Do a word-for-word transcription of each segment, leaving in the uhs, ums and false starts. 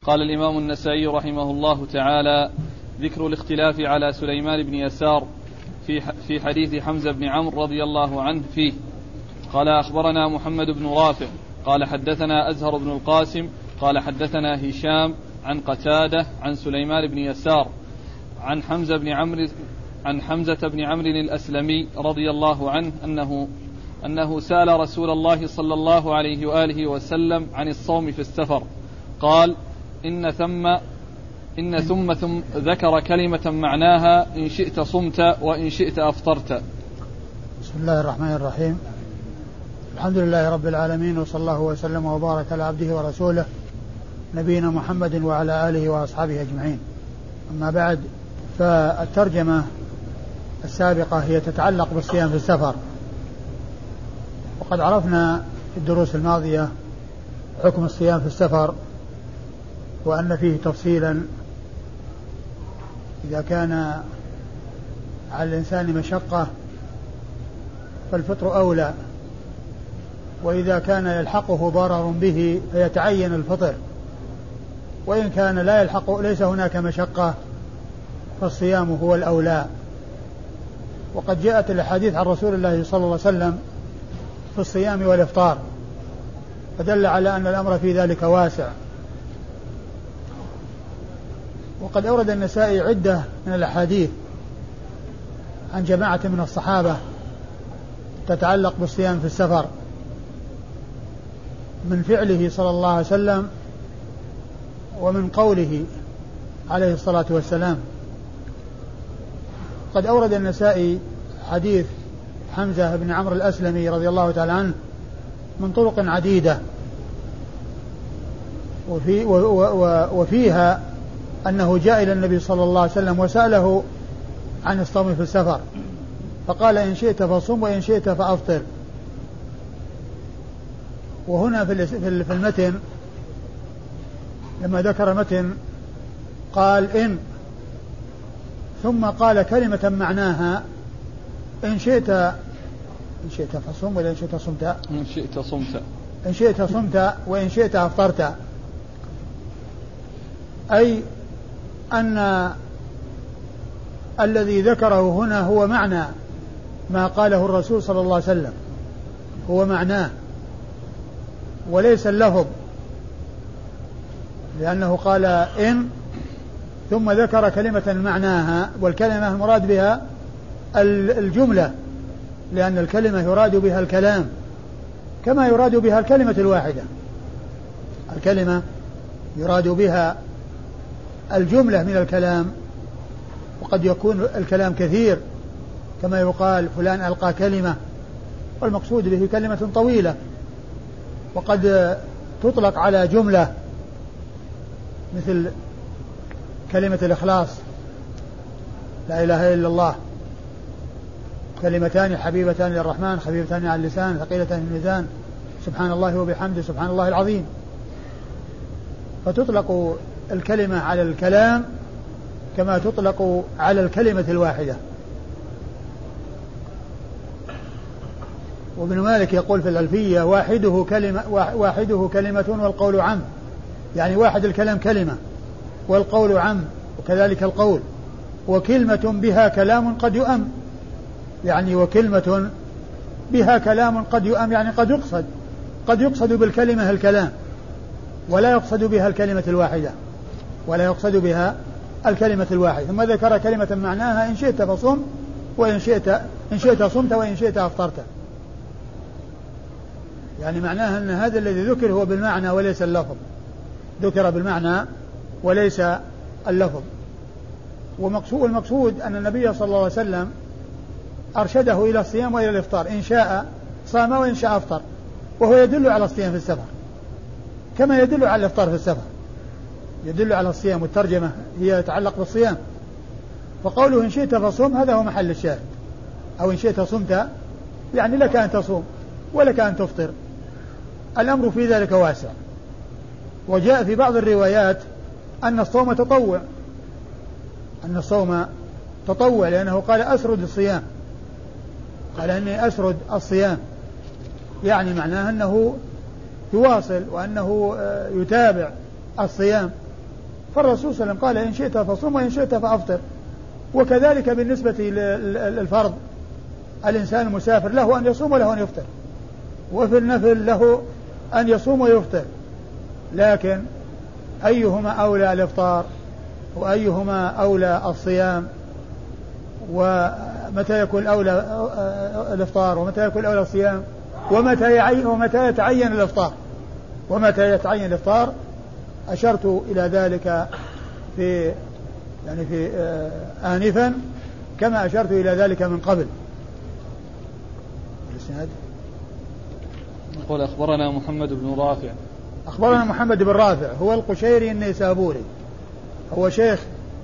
قال الإمام النسائي رحمه الله تعالى: ذكر الاختلاف على سليمان بن يسار في في حديث حمزة بن عمرو رضي الله عنه فيه. قال: أخبرنا محمد بن رافع قال حدثنا أزهر بن القاسم قال حدثنا هشام عن قتادة عن سليمان بن يسار عن حمزة بن عمرو عن حمزة بن عمرو الأسلمي رضي الله عنه أنه أنه سأل رسول الله صلى الله عليه وآله وسلم عن الصوم في السفر، قال: إن ثم إن ثم ثم ذكر كلمة معناها: إن شئت صمت وإن شئت أفطرت. بسم الله الرحمن الرحيم. الحمد لله رب العالمين، وصلى الله وسلم وبارك على عبده ورسوله نبينا محمد وعلى آله وأصحابه أجمعين. أما بعد، فالترجمة السابقة هي تتعلق بالصيام في السفر، وقد عرفنا في الدروس الماضية حكم الصيام في السفر، وأن فيه تفصيلا إذا كان على الإنسان مشقة فالفطر أولى، وإذا كان يلحقه ضرر به فيتعين الفطر، وإن كان لا يلحق ليس هناك مشقة فالصيام هو الأولى. وقد جاءت الأحاديث عن رسول الله صلى الله عليه وسلم في الصيام والإفطار، فدل على أن الأمر في ذلك واسع. وقد أورد النسائي عدة من الأحاديث عن جماعة من الصحابة تتعلق بالصيام في السفر، من فعله صلى الله عليه وسلم ومن قوله عليه الصلاة والسلام. قد أورد النسائي حديث حمزة بن عمرو الأسلمي رضي الله تعالى عنه من طرق عديدة، وفي وفيها أنه جاء إلى النبي صلى الله عليه وسلم وسأله عن الصوم في السفر، فقال: إن شئت فصم وإن شئت فأفطر. وهنا في المتن لما ذكر المتن قال: إن، ثم قال كلمة معناها: إن شئت إن شئت فصم وإن شئت صمت إن شئت صمت إن شئت صمت وإن شئت أفطرت، أي أن الذي ذكره هنا هو معنى ما قاله الرسول صلى الله عليه وسلم، هو معناه وليس اللفظ، لأنه قال إن ثم ذكر كلمة معناها، والكلمة المراد بها الجملة، لأن الكلمة يراد بها الكلام كما يراد بها الكلمة الواحدة. الكلمة يراد بها الجملة من الكلام، وقد يكون الكلام كثير كما يقال فلان ألقى كلمة، والمقصود به كلمة طويلة، وقد تطلق على جملة مثل كلمة الإخلاص: لا إله إلا الله، كلمتان حبيبتان للرحمن خفيفتان على اللسان ثقيلتان في الميزان، سبحان الله وبحمده سبحان الله العظيم. فتطلق الكلمة على الكلام كما تطلق على الكلمة الواحدة. وابن مالك يقول في الألفية: واحده كلمة واحده كلمة والقول عم، يعني واحد الكلام كلمة والقول عم، وكذلك القول. وكلمة بها كلام قد يؤم، يعني وكلمة بها كلام قد يؤم، يعني قد يقصد قد يقصد بالكلمة الكلام، ولا يقصد بها الكلمة الواحدة ولا يقصد بها الكلمة الواحدة. ثم ذكر كلمة معناها: إن شئت فصم وإن شئت إن شئت صمت وإن شئت أفطرت. يعني معناها أن هذا الذي ذكر هو بالمعنى وليس اللفظ، ذكر بالمعنى وليس اللفظ. والمقصود أن النبي صلى الله عليه وسلم أرشده إلى الصيام وإلى الإفطار، إن شاء صام وإن شاء أفطر، وهو يدل على الصيام في السفر كما يدل على الإفطار في السفر، يدل على الصيام، والترجمة هي تتعلق بالصيام. فقوله إن شئت فصوم هذا هو محل الشاهد، أو إن شئت صمت يعني لك أن تصوم ولك أن تفطر، الأمر في ذلك واسع. وجاء في بعض الروايات أن الصوم تطوع، أن الصوم تطوع، لأنه قال أسرد الصيام، قال أني أسرد الصيام، يعني معناه أنه يواصل وأنه يتابع الصيام فالرسول صلى الله عليه وسلم قال إن شئت فصم وإن شئت فأفطر. وكذلك بالنسبة للفرض الإنسان المسافر له أن يصوم وله أن يفطر، وفي النفل له أن يصوم ويفطر، لكن أيهما أولى الإفطار وأيهما أولى الصيام، ومتى يكون أولى الإفطار ومتى يكون أولى الصيام، ومتى يعين ومتى يتعين الإفطار ومتى يتعين الإفطار أشرت إلى ذلك في يعني في آنفا كما أشرت إلى ذلك من قبل. الإسناد قال أخبرنا محمد بن رافع. أخبرنا محمد بن رافع هو القشيري النيسابوري، هو شيخ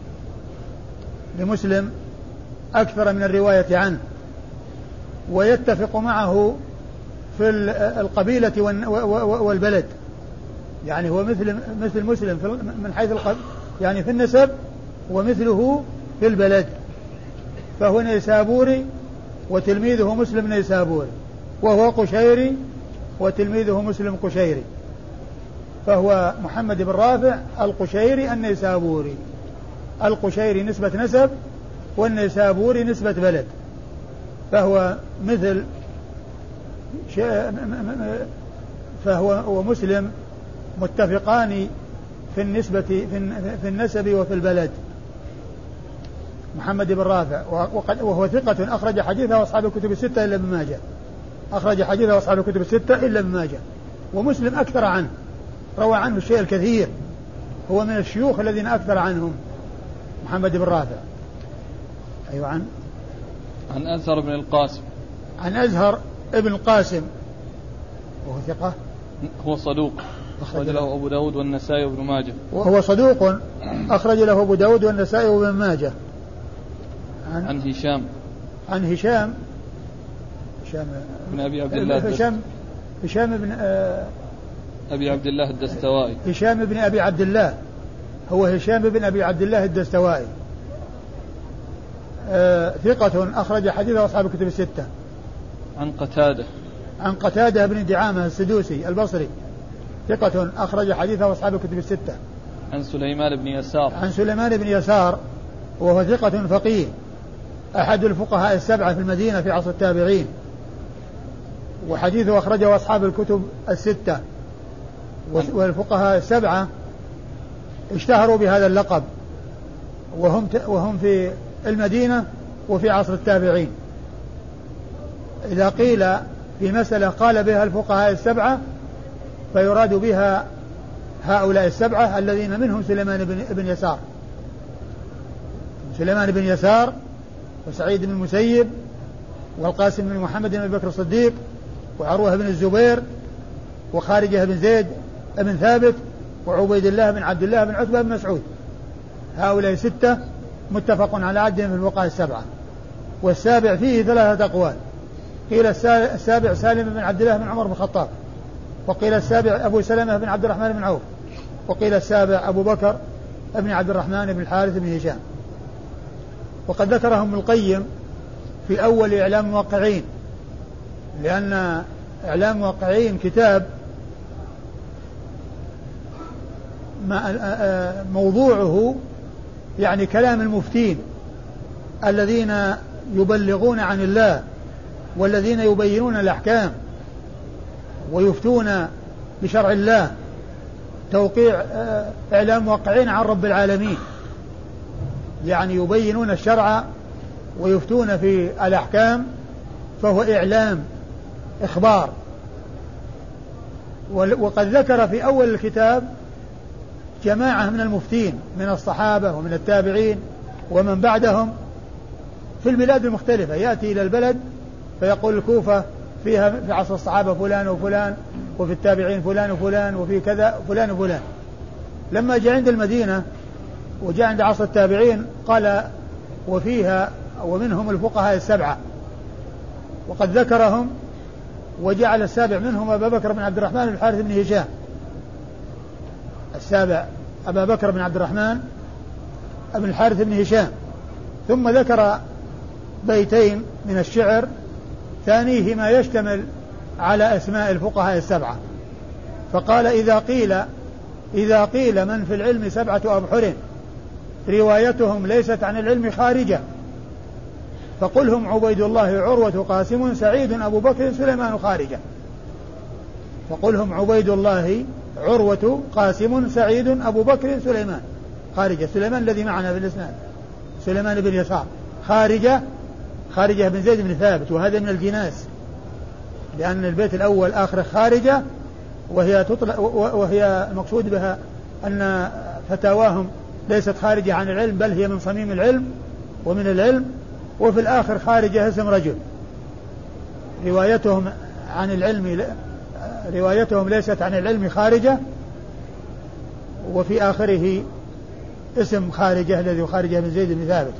لمسلم أكثر من الرواية عنه، ويتفق معه في القبيلة والبلد، يعني هو مثل مثل مسلم من حيث القبيلة يعني في النسب، ومثله في البلد، فهو نيسابوري وتلميذه مسلم نيسابوري، وهو قشيري وتلميذه مسلم قشيري، فهو محمد بن رافع القشيري النيسابوري. القشيري نسبة نسب والنيسابوري نسبة بلد، فهو مثل فهو ومسلم متفقان في النسبة في النسب وفي البلد. محمد بن رافع وهو ثقة أخرج حديثه أصحاب الكتب الستة إلا ابن ماجه، أخرج حديثه أصحاب الكتب الستة إلا ابن ماجه. ومسلم أكثر عنه، روى عنه الشيء الكثير، هو من الشيوخ الذين أكثر عنهم محمد بن رافع. أيوة. عن عن أزهر بن القاسم. عن أزهر ابن القاسم وهو ثقة، هو صدوق أخرج له أبو داود والنسائي وابن ماجه. وهو صدوق أخرج له أبو داود والنسائي وابن ماجه. عن, عن هشام عن هشام هشام بن أبي عبد الله هشام هشام بن آه أبي عبد الله الدستوائي. هشام بن أبي عبد الله، هو هشام بن أبي عبد الله الدستوائي، آه ثقة أخرج حديثه أصحاب الكتب الستة. عن قتادة عن قتادة بن دعامة السدوسي البصري، ثقة أخرج حديثه أصحاب الكتب الستة. عن سليمان بن يسار. عن سليمان بن يسار وهو ثقة فقيه، أحد الفقهاء السبعة في المدينة في عصر التابعين، وحديثه أخرجه أصحاب الكتب الستة، والفقهاء السبعة اشتهروا بهذا اللقب، وهم وهم في المدينة وفي عصر التابعين. إذا قيل في مسألة قال بها الفقهاء السبعة فيراد بها هؤلاء السبعة الذين منهم سليمان بن, بن يسار سليمان بن يسار وسعيد بن المسيب والقاسم بن محمد بن أبي بكر الصديق وعروة بن الزبير وخارجة بن زيد بن ثابت وعبيد الله بن عبد الله بن عتبة بن مسعود. هؤلاء ستة متفق على عدهم في الفقهاء السبعة. والسابع فيه ثلاثة أقوال، قيل السابع سالم بن عبد الله بن عمر بن الخطاب، وقيل السابع أبو سلمة بن عبد الرحمن بن عوف، وقيل السابع أبو بكر بن عبد الرحمن بن الحارث بن هشام. وقد ذكرهم القيم في أول إعلام الموقعين، لأن إعلام الموقعين كتاب موضوعه يعني كلام المفتين الذين يبلغون عن الله والذين يبينون الأحكام ويفتون بشرع الله، توقيع إعلام موقعين عن رب العالمين، يعني يبينون الشرع ويفتون في الأحكام، فهو إعلام إخبار. وقد ذكر في أول الكتاب جماعة من المفتين من الصحابة ومن التابعين ومن بعدهم في البلاد المختلفة، يأتي إلى البلد فيقول الكوفة فيها في عصر الصحابة فلان وفلان، وفي التابعين فلان وفلان، وفي كذا فلان وفلان. لما جاء عند المدينة وجاء عند عصر التابعين قال وفيها ومنهم الفقهاء السبعة، وقد ذكرهم وجعل السابع منهم أبا بكر بن عبد الرحمن بن الحارث بن هشام. السابع أبا بكر بن عبد الرحمن بن الحارث بن هشام. ثم ذكر بيتين من الشعر ثانيهما يشتمل على أسماء الفقهاء السبعة، فقال إذا قيل إذا قيل من في العلم سبعة أبحر روايتهم ليست عن العلم خارجة فقل هم عبيد الله عروة قاسم سعيد أبو بكر سليمان خارجة فقل هم عبيد الله عروة قاسم سعيد أبو بكر سليمان خارجة. سليمان الذي معنا في الإسناد سليمان بن يسار خارجة خارجة بن زيد بن ثابت وهذا من الجناس لأن البيت الأول آخر خارجة وهي تطلق وهي المقصود بها أن فتاواهم ليست خارجة عن العلم بل هي من صميم العلم ومن العلم. وفي الآخر خارجة اسم رجل روايتهم عن العلم روايتهم ليست عن العلم خارجة وفي آخره اسم خارجة الذي خارجة بن زيد بن ثابت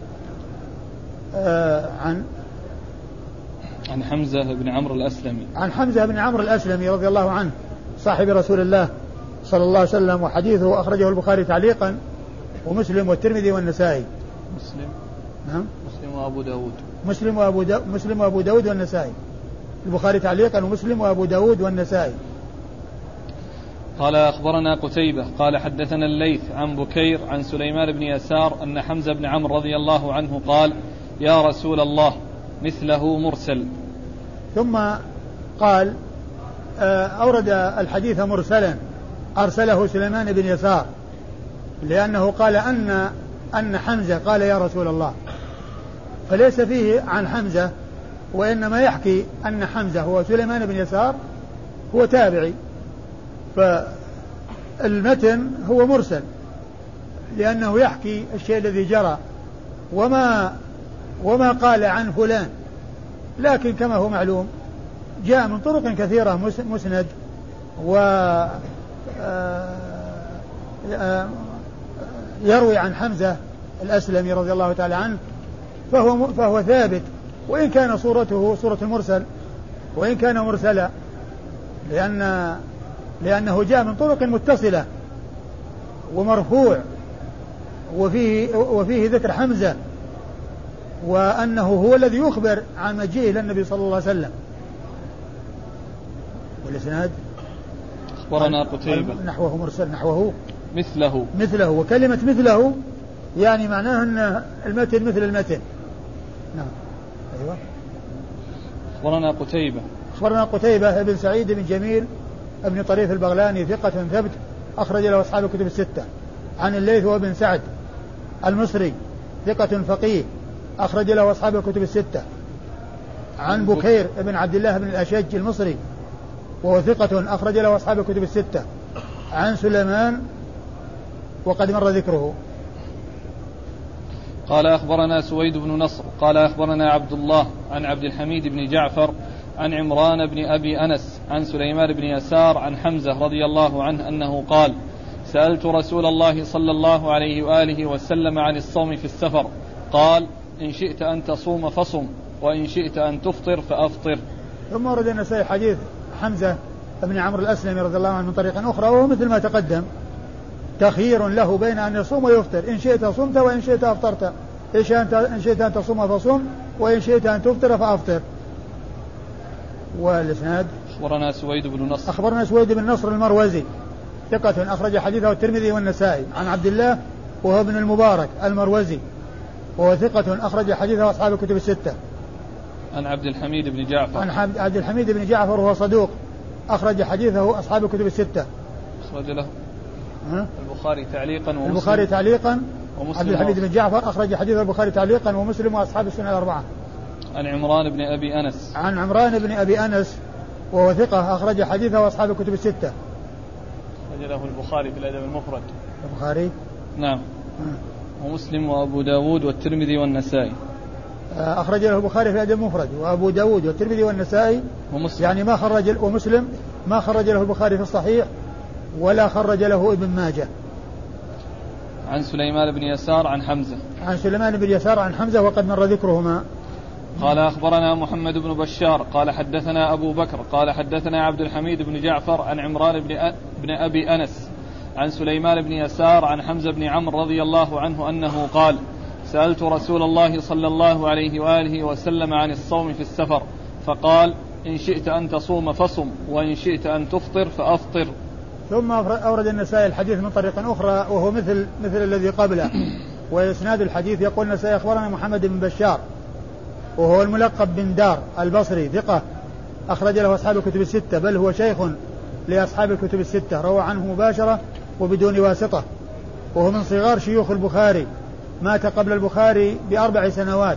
آه عن عن حمزة بن عمرو الأسلمي عن حمزة بن عمرو الأسلمي رضي الله عنه صاحب رسول الله صلى الله عليه وسلم وحديثه أخرجه البخاري تعليقا ومسلم والترمذي والنسائي. مسلم نعم مسلم وأبو داود مسلم وأبو دا مسلم وأبو داود والنسائي البخاري تعليقا ومسلم وأبو داود والنسائي. قال أخبرنا قتيبة قال حدثنا الليث عن بكير عن سليمان بن يسار أن حمزة بن عمرو رضي الله عنه قال يا رسول الله مثله مرسل. ثم قال أورد الحديث مرسلا أرسله سليمان بن يسار لأنه قال أن أن حمزة قال يا رسول الله فليس فيه عن حمزة وإنما يحكي أن حمزة هو سليمان بن يسار هو تابعي فالمتن هو مرسل لأنه يحكي الشيء الذي جرى وما وما قال عن فلان لكن كما هو معلوم جاء من طرق كثيرة مسند و يروي عن حمزة الأسلمي رضي الله تعالى عنه فهو, فهو ثابت وإن كان صورته صورة المرسل وإن كان مرسلا لأن لأنه جاء من طرق متصلة ومرفوع وفيه, وفيه ذكر حمزة وأنه هو الذي يخبر عن مجيئه إلى النبي صلى الله عليه وسلم. والإسناد أخبرنا قتيبة نحوه مرسل نحوه مثله مثله وكلمة مثله يعني معناه أن المتن مثل المتن. نعم أيوة. أخبرنا قتيبة أخبرنا قتيبة بن سعيد بن جميل ابن طريف البغلاني ثقة ثبت أخرج له أصحاب الكتب الستة. عن الليث وابن سعد المصري ثقة فقيه أخرج له أصحاب الكتب الستة. عن بكير بن عبد الله بن الأشج المصري وهو ثقة أخرج له أصحاب الكتب الستة. عن سليمان وقد مر ذكره. قال أخبرنا سويد بن نصر قال أخبرنا عبد الله عن عبد الحميد بن جعفر عن عمران بن أبي أنس عن سليمان بن يسار عن حمزة رضي الله عنه أنه قال سألت رسول الله صلى الله عليه وآله وسلم عن الصوم في السفر قال إن شئت أن تصوم فصم وإن شئت أن تفطر فأفطر. ثم ورد النسائي حديث حمزة بن عمرو الأسلمي رضي الله عنه من طريق أخرى وهو مثل ما تقدم تخيير له بين أن يصوم ويفطر إن شئت صمت وإن شئت أفطرت إن شئت أن تصوم فصم وإن شئت أن تفطر فأفطر. والإسناد أخبرنا سويد بن نصر أخبرنا سويد بن نصر المروزي ثقة أخرج حديثه الترمذي والنسائي. عن عبد الله وهو ابن المبارك المروزي وهو ثقة أخرج حديثه أصحاب الكتب الستة. عن عبد الحميد بن جعفر عن عبد الحميد بن جعفر وهو صدوق أخرج حديثه أصحاب الكتب الستة. أخرج له البخاري تعليقا ومسلم البخاري تعليقا ومسلم عبد الحميد بن جعفر أخرج حديث البخاري تعليقا ومسلم وأصحاب السنة الأربعة. عن عمران بن أبي أنس عن عمران بن أبي أنس وهو ثقة أخرج حديثه وأصحاب الكتب الستة. أخرج له البخاري في الأدب المفرد البخاري نعم ومسلم وأبو داود والترمذي والنسائي. أخرج له البخاري في الأدب المفرد وأبو داود والترمذي والنسائي ومسلم يعني ما خرج ومسلم ما خرج له البخاري في الصحيح ولا خرج له ابن ماجه. عن سليمان بن يسار عن حمزة عن سليمان بن يسار عن حمزة وقد مر ذكرهما. قال أخبرنا محمد بن بشار قال حدثنا أبو بكر قال حدثنا عبد الحميد بن جعفر عن عمران بن, أ... بن أبي أنس عن سليمان بن يسار عن حمزة بن عمرو رضي الله عنه أنه قال سألت رسول الله صلى الله عليه وآله وسلم عن الصوم في السفر فقال إن شئت أن تصوم فصم وإن شئت أن تفطر فأفطر. ثم أورد النسائي الحديث من طريق أخرى وهو مثل مثل الذي قبله. وإسناد الحديث يقول النسائي أخبرنا محمد بن بشار وهو الملقب بن دار البصري ثقة أخرج له أصحاب الكتب الستة، بل هو شيخ لأصحاب الكتب الستة، روى عنه مباشرة وبدون واسطة، وهو من صغار شيوخ البخاري، مات قبل البخاري بأربع سنوات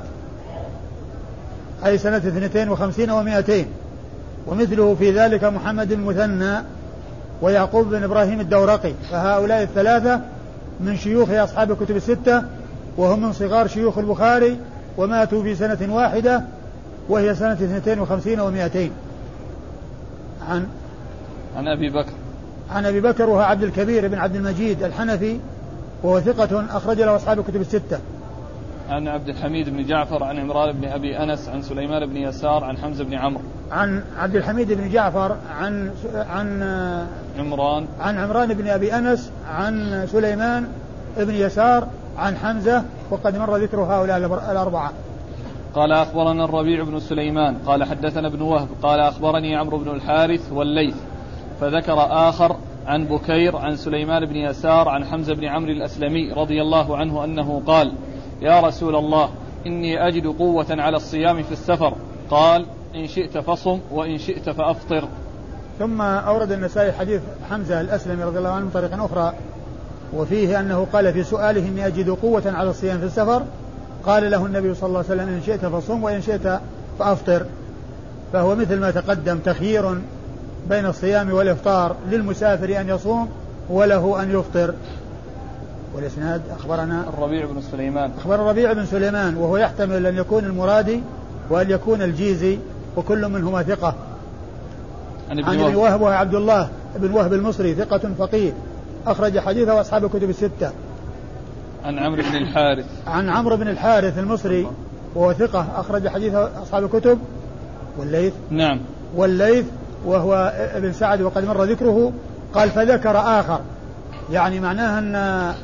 أي سنة اثنتين وخمسين ومائتين. ومثله في ذلك محمد المثنى ويعقوب بن إبراهيم الدورقي، فهؤلاء الثلاثة من شيوخ أصحاب الكتب الستة وهم من صغار شيوخ البخاري، وماتوا في سنة واحدة وهي سنة اثنتين وخمسين ومائتين. عن عن أبي بكر عن أبي بكر وهو عبد الكبير بن عبد المجيد الحنفي وهو ثقة أخرج له أصحاب الكتب الستة. عن عبد الحميد بن جعفر عن عمران بن أبي أنس عن سليمان بن يسار عن حمزة بن عمرو. عن عبد الحميد بن جعفر عن عن عمران عن عمران بن أبي أنس عن سليمان بن يسار عن حمزة، وقد مر ذكر هؤلاء الأربعة. قال أخبرنا الربيع بن سليمان قال حدثنا ابن وهب قال أخبرني عمرو بن الحارث والليث، فذكر آخر عن بكير عن سليمان بن يسار عن حمزة بن عمرو الأسلمي رضي الله عنه أنه قال: يا رسول الله إني أجد قوة على الصيام في السفر، قال: إن شئت فصم وإن شئت فأفطر. ثم أورد النسائي حديث حمزة الأسلمي رضي الله عنه من طريق أخرى، وفيه أنه قال في سؤاله: إني أجد قوة على الصيام في السفر، قال له النبي صلى الله عليه وسلم: إن شئت فصم وإن شئت فأفطر. فهو مثل ما تقدم، تخيير بين الصيام والإفطار، للمسافر أن يصوم وله أن يفطر. والإسناد أخبرنا الربيع بن سليمان أخبر الربيع بن سليمان وهو يحتمل أن يكون المرادي وأن يكون الجيزي، وكل منهما ثقة. عن ابن وهب, وهب وهو عبد الله بن وهب المصري ثقة فقيه أخرج حديثه أصحاب الكتب الستة. عن عمرو بن الحارث عن عمرو بن الحارث المصري وهو ثقة أخرج حديثه أصحاب الكتب. والليث نعم والليث وهو ابن سعد وقد مر ذكره. قال: فذكر آخر، يعني معناها أن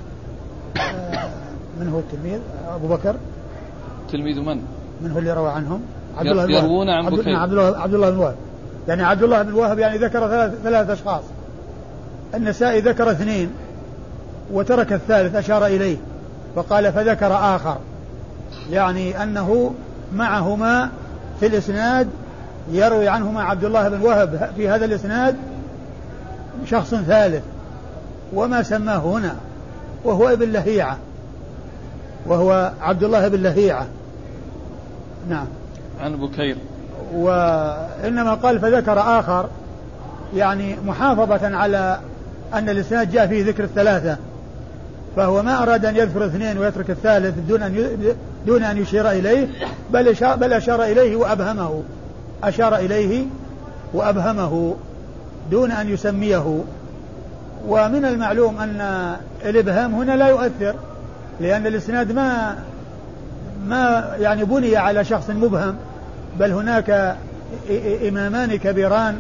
من هو التلميذ؟ أبو بكر. تلميذ من؟ من هو اللي روى عنهم؟ عبد الله بن وهب. عن عبد, عبد, الله عبد الله بن وهب، يعني عبد الله بن وهب يعني ذكر ثلاث, ثلاث أشخاص. النسائي ذكر اثنين وترك الثالث أشار إليه فقال: فذكر آخر، يعني أنه معهما في الإسناد، يروي عنهما عبد الله بن وهب في هذا الإسناد شخص ثالث وما سماه هنا، وهو ابن لهيعة، وهو عبد الله بن لهيعة. نعم. عن بكير. وإنما قال فذكر آخر، يعني محافظة على أن الإسناد جاء فيه ذكر الثلاثة، فهو ما أراد أن يذكر اثنين ويترك الثالث دون أن دون أن يشير إليه، بل أشار, بل أشار إليه وأبهمه أشار إليه وأبهمه دون أن يسميه. ومن المعلوم أن الإبهام هنا لا يؤثر، لأن الإسناد ما ما يعني بني على شخص مبهم، بل هناك إمامان كبيران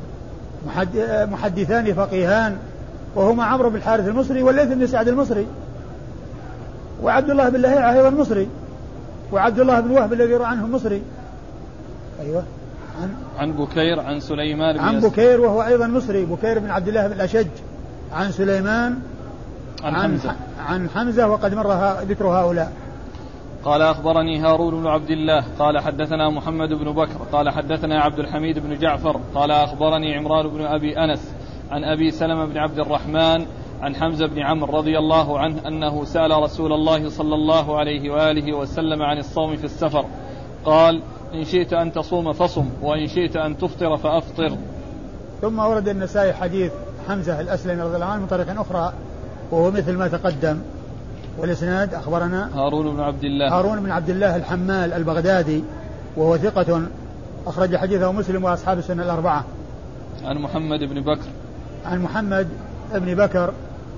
محدثان فقيهان، وهما عمرو بن الحارث المصري والليث بن سعد المصري، وعبد الله بن لهيعة أيضا مصري، وعبد الله بن وهب الذي روى عنه مصري. أيوة. عن, عن بكير عن سليمان بن عن بكير وهو أيضا مصري، بكير بن عبد الله بن الأشج، عن سليمان عن, عن حمزة عن حمزة وقد مر ذكر هؤلاء. قال: أخبرني هارون بن عبد الله قال حدثنا محمد بن بكر قال حدثنا عبد الحميد بن جعفر قال أخبرني عمران بن أبي أنس عن أبي سلمة بن عبد الرحمن عن حمزة بن عمرو رضي الله عنه أنه سأل رسول الله صلى الله عليه وآله وسلم عن الصوم في السفر، قال: إن شئت أن تصوم فصم وإن شئت أن تفطر فأفطر. ثم ورد النسائي حديث حمزة الأسلمي رضي الله عنه من طريق أخرى وهو مثل ما تقدم. والإسناد أخبرنا هارون بن عبد الله هارون بن عبد الله الحمال البغدادي وهو ثقة أخرج حديثه مسلم وأصحاب السنة الأربعة. عن محمد بن بكر عن محمد بن بكر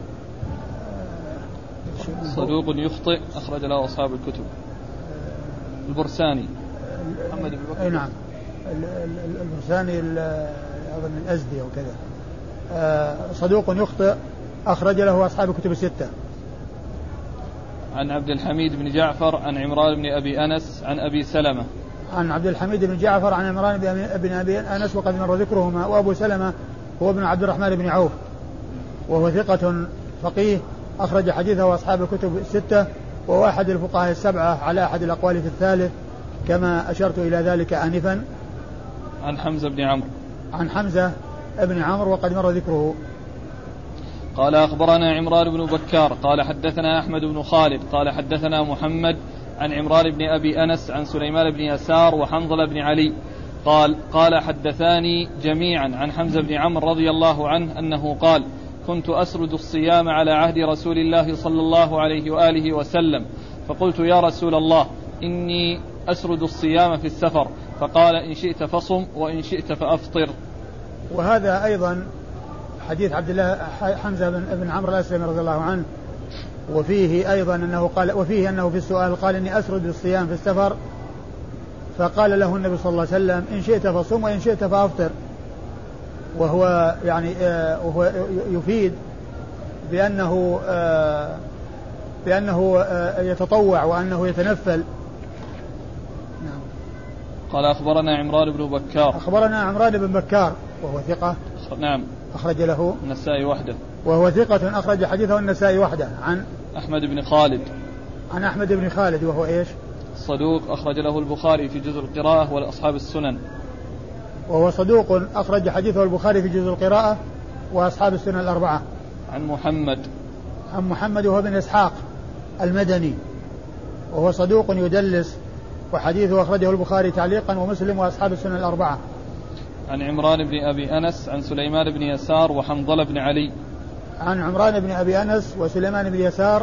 صدوق يخطئ أخرج له أصحاب الكتب. البرساني محمد بن بكر. أي نعم، البرساني أظن الأزدي أو كذا. صدوق يخطئ أخرج له أصحاب الكتب الستة. عن عبد الحميد بن جعفر عن عمران بن أبي أنس عن أبي سلمة. عن عبد الحميد بن جعفر عن عمران بن أبي أنس وقد مر ذكرهما. وأبو سلمة هو ابن عبد الرحمن بن عوف وهو ثقة فقيه أخرج حديثه أصحاب الكتب الستة، وهو أحد الفقهاء السبعة على أحد الأقوال في الثالث كما أشرت إلى ذلك آنفا. عن حمزة بن عمرو عن حمزة بن عمرو وقد مر ذكره. قال أخبرنا عمران بن بكار قال حدثنا أحمد بن خالد قال حدثنا محمد عن عمران بن أبي أنس عن سليمان بن يسار وحنظلة بن علي قال قال حدثاني جميعا عن حمزة بن عمرو رضي الله عنه أنه قال كنت أسرد الصيام على عهد رسول الله صلى الله عليه وآله وسلم فقلت يا رسول الله إني أسرد الصيام في السفر فقال إن شئت فصم وإن شئت فأفطر. وهذا أيضا حديث عبد الله حمزة بن عمرو الأسلمي رضي الله عنه، وفيه أيضا أنه قال وفيه أنه في السؤال قال إني أسرد الصيام في السفر فقال له النبي صلى الله عليه وسلم إن شئت فصم وإن شئت فأفطر، وهو يعني آه وهو يفيد بأنه آه بأنه آه يتطوع وأنه يتنفل. نعم. قال أخبرنا عمران بن بكار أخبرنا عمران بن بكار وهو ثقة نعم أخرج له النسائي وحده وهو ثقة أخرج حديثه النسائي وحده. عن أحمد بن خالد عن أحمد بن خالد وهو إيش صدوق أخرج له البخاري في جزء القراءة والأصحاب السنن، وهو صدوق أخرج حديثه البخاري في جزء القراءة وأصحاب السنن الأربعة. عن محمد عن محمد وهو بن إسحاق المدني وهو صدوق يدلس وحديثه أخرجه البخاري تعليقا ومسلم وأصحاب السنن الأربعة. عن عمران بن أبي أنس عن سليمان بن يسار وحنظلة بن علي. عن عمران بن أبي أنس وسليمان بن يسار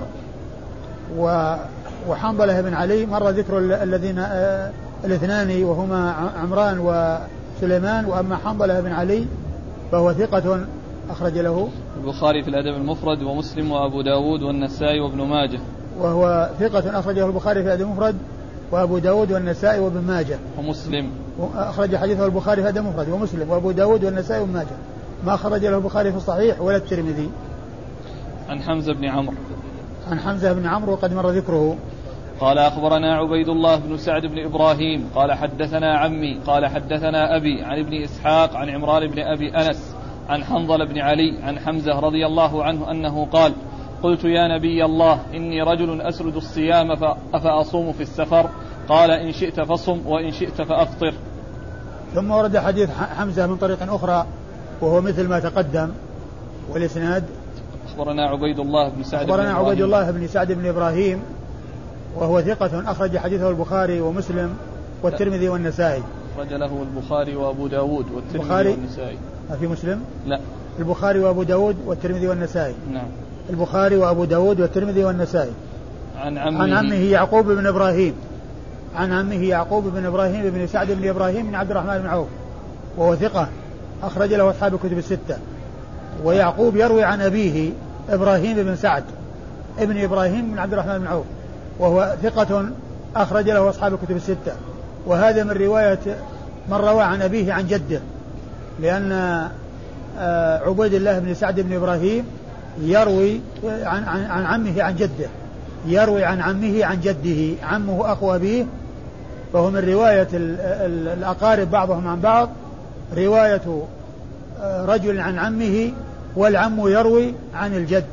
وحنظلة بن علي مر ذكر الذين آه الاثنان وهما عمران وسليمان، وأما حنظلة بن علي فهو ثقة أخرج له البخاري في الأدب المفرد ومسلم وأبو داود والنسائي وابن ماجه. وهو ثقة أخرجه البخاري في الأدب المفرد وأبو داود والنسائي وابن ماجه. ومسلم أخرج حديثه البخاري في الأدب المفرد ومسلم وأبو داود والنسائي وابن ماجه، ما أخرج له البخاري في الصحيح ولا الترمذي. عن حمزة بن عمرو عن حمزة بن عمرو وقد مر ذكره. قال أخبرنا عبيد الله بن سعد بن إبراهيم قال حدثنا عمي قال حدثنا أبي عن ابن إسحاق عن عمران بن أبي أنس عن حنظل بن علي عن حمزة رضي الله عنه أنه قال قلت يا نبي الله إني رجل أسرد الصيام أفأصوم في السفر قال إن شئت فصم وإن شئت فأفطر. ثم ورد حديث حمزة من طريق أخرى وهو مثل ما تقدم والإسناد. أخبرنا عبيد الله بن سعد أخبرنا عبيد الله بن سعد بن إبراهيم وهو ثقة أخرج حديثه البخاري ومسلم والترمذي والنسائي. أخرج له البخاري وأبو داود والترمذي والنسائي. ما في مسلم؟ لا. البخاري وأبو داود والترمذي والنسائي. نعم. البخاري وأبو داود والترمذي والنسائي. عن عمه عن عمه يعقوب بن إبراهيم عن عمه يعقوب بن إبراهيم بن سعد بن إبراهيم بن عبد الرحمن بن عوف وهو ثقة أخرج له أصحاب الكتب الستة. ويعقوب يروي عن أبيه إبراهيم بن سعد ابن إبراهيم بن عبد الرحمن بن عوف وهو ثقة أخرج له أصحاب الكتب الستة. وهذا من رواية من روى عن أبيه عن جده، لأن عبيد الله بن سعد بن إبراهيم يروي عن, عن, عن عمه عن جده، يروي عن عمه عن جده، عمه أخو أبيه، فهو من رواية الأقارب بعضهم عن بعض، رواية رجل عن عمه والعم يروي عن الجد.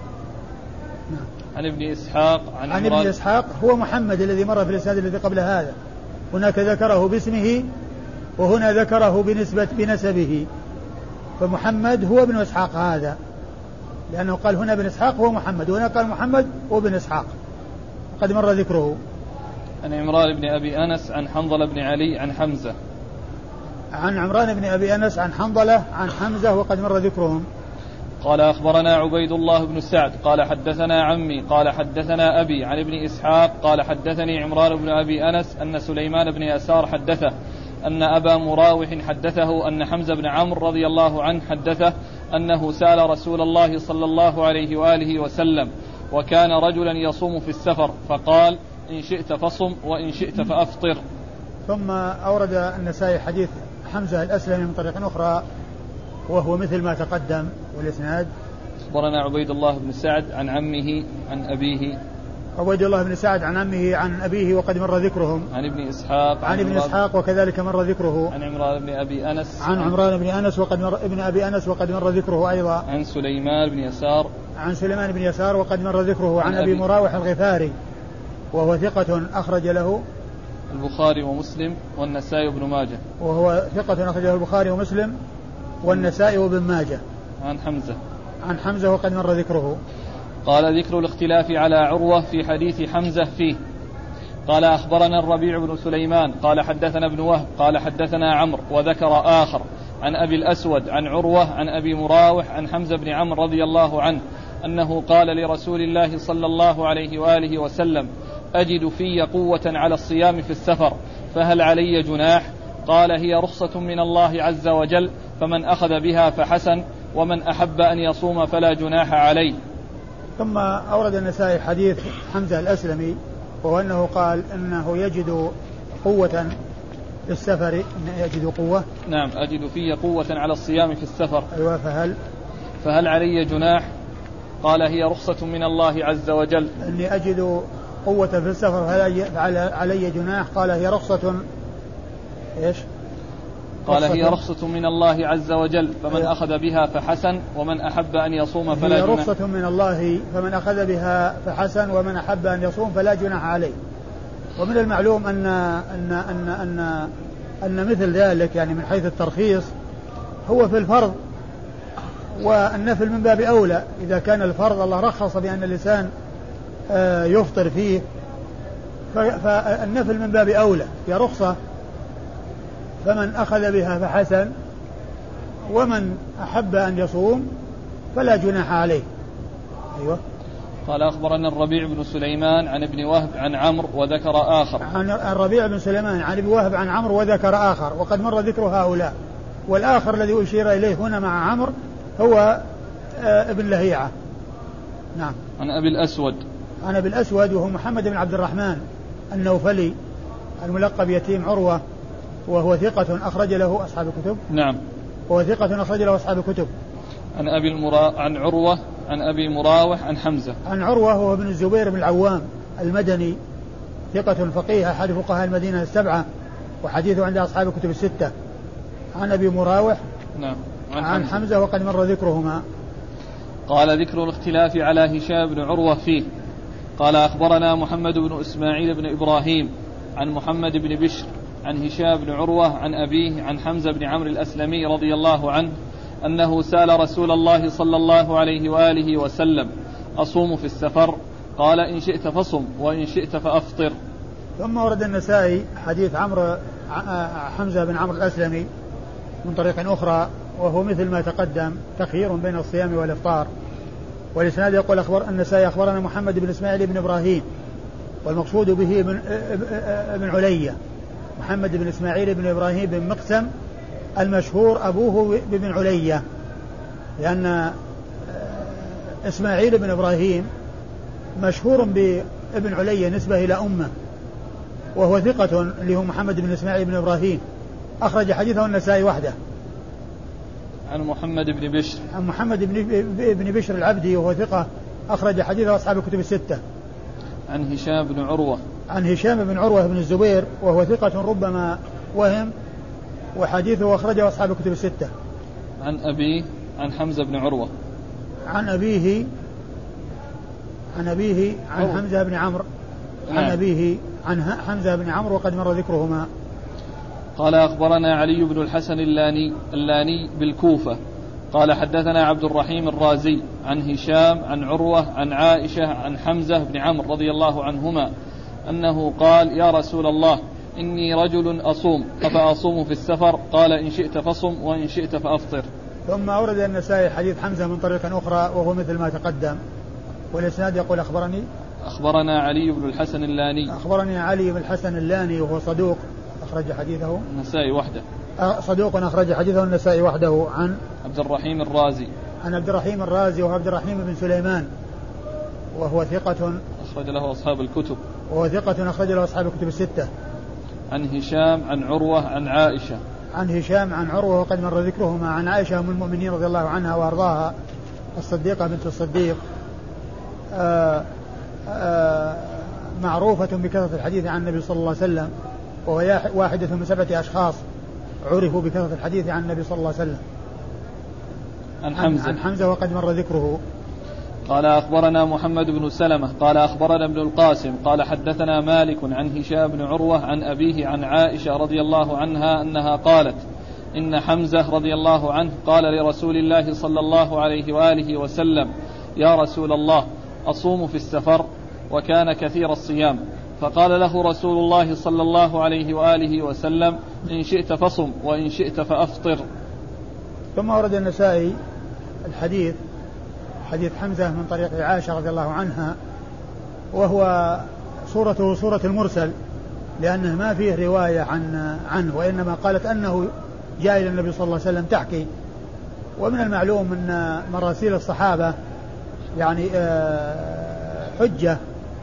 عن ابن إسحاق عن, عن ابن إسحاق هو محمد الذي مر في الإسناد الذي قبل هذا، هناك ذكره باسمه وهنا ذكره بنسبة بنسبه، فمحمد هو ابن إسحاق هذا، لأنه قال هنا ابن إسحاق هو محمد وهنا قال محمد هو ابن إسحاق قد مر ذكره. عن عمران بن أبي أنس عن حنظلة بن علي عن حمزة. عن عمران بن أبي أنس عن حنظلة عن حمزة وقد مر ذكرهم. قال أخبرنا عبيد الله بن سعد قال حدثنا عمي قال حدثنا أبي عن ابن إسحاق قال حدثني عمران بن أبي أنس أن سليمان بن يسار حدثه أن أبا مراوح حدثه أن حمزة بن عمرو رضي الله عنه حدثه أنه سأل رسول الله صلى الله عليه وآله وسلم وكان رجلا يصوم في السفر فقال إن شئت فصم وإن شئت فأفطر. ثم أورد النسائي حديث حمزة الأسلمي من طريق أخرى وهو مثل ما تقدم والإسناد. أخبرنا عبيد الله بن سعد عن عمه عن أبيه عبيد الله بن سعد عن عمه عن أبيه وقد مر ذكرهم. عن ابن إسحاق عن ابن إسحاق وكذلك مر ذكره. عن عمران بن أبي أنس عن عمران بن أنس وقد مر ابن أبي أنس وقد مر ذكره أيضا. عن سليمان بن يسار عن سليمان بن يسار وقد مر ذكره. عن, عن أبي مراوح الغفاري وهو ثقة أخرج له البخاري ومسلم والنسائي وابن ماجه. وهو ثقة أخرج له البخاري ومسلم والنسائي وابن ماجه. عن حمزة عن حمزة وقد مر ذكره. قال ذكر الاختلاف على عروة في حديث حمزة فيه. قال أخبرنا الربيع بن سليمان قال حدثنا ابن وهب قال حدثنا عمرو وذكر آخر عن أبي الأسود عن عروة عن أبي مراوح عن حمزة بن عمرو رضي الله عنه أنه قال لرسول الله صلى الله عليه وآله وسلم أجد في قوة على الصيام في السفر فهل علي جناح؟ قال هي رخصة من الله عز وجل فمن أخذ بها فحسن ومن أحب أن يصوم فلا جناح عليه. ثم أورد النسائي حديث حمزة الأسلمي وهو أنه قال أنه يجد قوة في السفر. إنه يجد قوة. نعم أجد في قوة على الصيام في السفر. أيوة فهل فهل علي جناح؟ قال هي رخصة من الله عز وجل. إني أجد قوة في السفر فهل علي جناح؟ قال هي رخصة إيش؟ قال هي رخصة من الله عز وجل فمن أخذ بها فحسن ومن أحب أن يصوم فلا جناح. هي رخصة من الله فمن أخذ بها فحسن ومن أحب أن يصوم فلا جناح عليه. ومن المعلوم أن أن أن أن أن مثل ذلك يعني من حيث الترخيص هو في الفرض، والنفل من باب أولى. إذا كان الفرض الله رخص بأن الإنسان يفطر فيه فالنفل من باب أولى هي رخصة، فمن أخذ بها فحسن ومن أحب أن يصوم فلا جناح عليه. أيوة. قال أخبرنا الربيع بن سليمان عن ابن وهب عن عمرو وذكر آخر. عن الربيع بن سليمان عن ابن وهب عن عمرو وذكر آخر وقد مر ذكر هؤلاء، والآخر الذي أشير إليه هنا مع عمرو هو ابن لهيعة. نعم. عن أبي الأسود عن أبي الأسود وهو محمد بن عبد الرحمن النوفلي الملقب يتيم عروة وهو ثقة أخرج له أصحاب الكتب. نعم. وهو ثقة أخرج له أصحاب الكتب. عن أبي المرا... عن عروة عن أبي مراوح عن حمزة. عن عروة هو ابن الزبير بن العوام المدني ثقة فقيه أحد فقهاء المدينة السبعة وحديثه عند أصحاب الكتب الستة. عن أبي مراوح نعم. عن, عن حمزة. حمزة وقد مر ذكرهما. قال ذكر الاختلاف على هشام بن عروة فيه. قال أخبرنا محمد بن إسماعيل بن إبراهيم عن محمد بن بشر عن هشام بن عروة عن أبيه عن حمزة بن عمرو الأسلمي رضي الله عنه أنه سأل رسول الله صلى الله عليه وآله وسلم أصوم في السفر؟ قال إن شئت فصم وإن شئت فأفطر. ثم ورد النسائي حديث عمرو حمزة بن عمرو الأسلمي من طريق أخرى وهو مثل ما تقدم تخيير بين الصيام والإفطار. والإسناد يقول أخبر النسائي أخبرنا محمد بن إسماعيل بن إبراهيم والمقصود به ابن, ابن علية محمد بن إسماعيل بن إبراهيم بن مقسم المشهور أبوه بن علية، لأن إسماعيل بن إبراهيم مشهور بابن علية نسبة إلى أمه، وهو ثقة اللي هو محمد بن إسماعيل بن إبراهيم أخرج حديثه النسائي وحده. عن محمد بن بشر عن محمد بن بشر العبدي وهو ثقة أخرج حديثه أصحاب الكتب الستة. عن هشام بن عروة عن هشام بن عروة بن الزبير وهو ثقة ربما وهم وحديثه أخرجه أصحاب الكتب الستة. عن أبيه عن حمزة بن عروة عن أبيه عن أبيه عن أوه. حمزة بن عمرو عن نعم. أبيه عن حمزة بن عمرو وقد مر ذكرهما. قال أخبرنا علي بن الحسن اللاني, اللاني بالكوفة قال حدثنا عبد الرحيم الرازي عن هشام عن عروة عن عائشة عن حمزة بن عمرو رضي الله عنهما أنه قال يا رسول الله إني رجل أصوم أفأصوم في السفر؟ قال إن شئت فصم وإن شئت فأفطر. ثم أورد النسائي حديث حمزة من طريق أخرى وهو مثل ما تقدم، والإسناد يقول أخبرني أخبرنا علي بن الحسن اللاني أخبرني علي بن الحسن اللاني وهو صدوق أخرج حديثه النسائي وحده صدوق أخرج حديثه النسائي وحده. عن عبد الرحيم الرازي عن عبد الرحيم الرازي وهو عبد الرحيم بن سليمان وهو ثقة أخرج له أصحاب الكتب وهو ثقة أخرج له أصحاب الكتب الستة. عن هشام عن عروة عن عائشة عن هشام عن عروة وقد مر ذكرهما. عن عائشة أم المؤمنين رضي الله عنها وأرضاها الصديقة بنت الصديق آآ آآ معروفة بكثرة الحديث عن النبي صلى الله عليه وسلم، وهو واحدة من سبعة أشخاص عرفوا بكثرة الحديث عن النبي صلى الله عليه وسلم. عن حمزة, عن حمزة وقد مر ذكره. قال أخبرنا محمد بن سلمة قال أخبرنا ابن القاسم قال حدثنا مالك عن هشام بن عروة عن أبيه عن عائشة رضي الله عنها أنها قالت إن حمزة رضي الله عنه قال لرسول الله صلى الله عليه وآله وسلم يا رسول الله أصوم في السفر، وكان كثير الصيام، فقال له رسول الله صلى الله عليه وآله وسلم إن شئت فصم وإن شئت فأفطر. ثم ورد النسائي الحديث حديث حمزة من طريق عائشة رضي الله عنها، وهو صورته صورة المرسل، لأنه ما فيه رواية عن عنه، وإنما قالت أنه جاء إلى النبي صلى الله عليه وسلم تحكي. ومن المعلوم أن مراسيل الصحابة يعني حجة،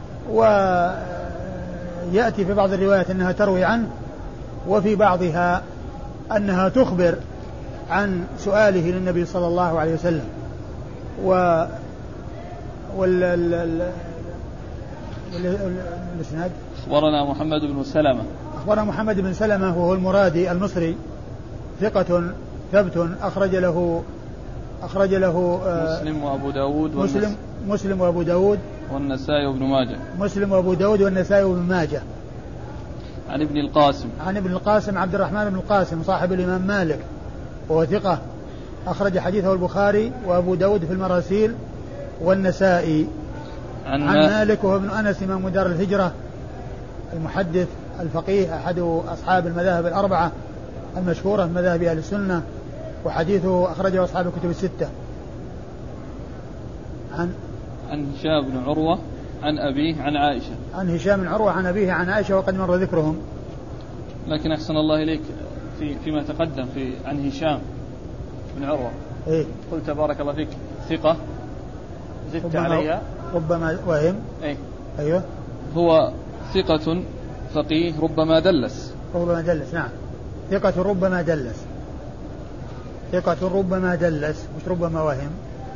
ويأتي في بعض الروايات أنها تروي عنه، وفي بعضها أنها تخبر عن سؤاله للنبي صلى الله عليه وسلم. و والاسناد أخبرنا محمد بن سلمة أخبرنا محمد بن سلمة وهو المرادي المصري، ثقة ثبت، أخرج له أخرج له مسلم وأبو داود مسلم مسلم وأبو داود والنسائي وابن ماجه مسلم وأبو داود والنسائي وابن ماجه. عن ابن القاسم عن ابن القاسم عبد الرحمن بن القاسم صاحب الإمام مالك، وهو ثقة، أخرج حديثه البخاري وأبو داود في المراسيل والنسائي. عن, عن مالك وهو ابن أنس إمام دار الهجرة المحدث الفقيه، أحد أصحاب المذاهب الأربعة المشهورة من مذاهب أهل السنة، وحديثه أخرجه أصحاب الكتب الستة. عن عن هشام بن عروة عن أبيه عن عائشة عن هشام بن عروة عن أبيه عن عائشة وقد مر ذكرهم. لكن أحسن الله إليك في فيما تقدم في عن هشام بن عروة إيه؟ قلت بارك الله فيك ثقة، زدت عليها ربما وهم. إيه؟ أيوه، هو ثقة فقيه ربما دلس ربما دلس نعم، ثقة ربما دلس ثقة ربما دلس مش ربما وهم.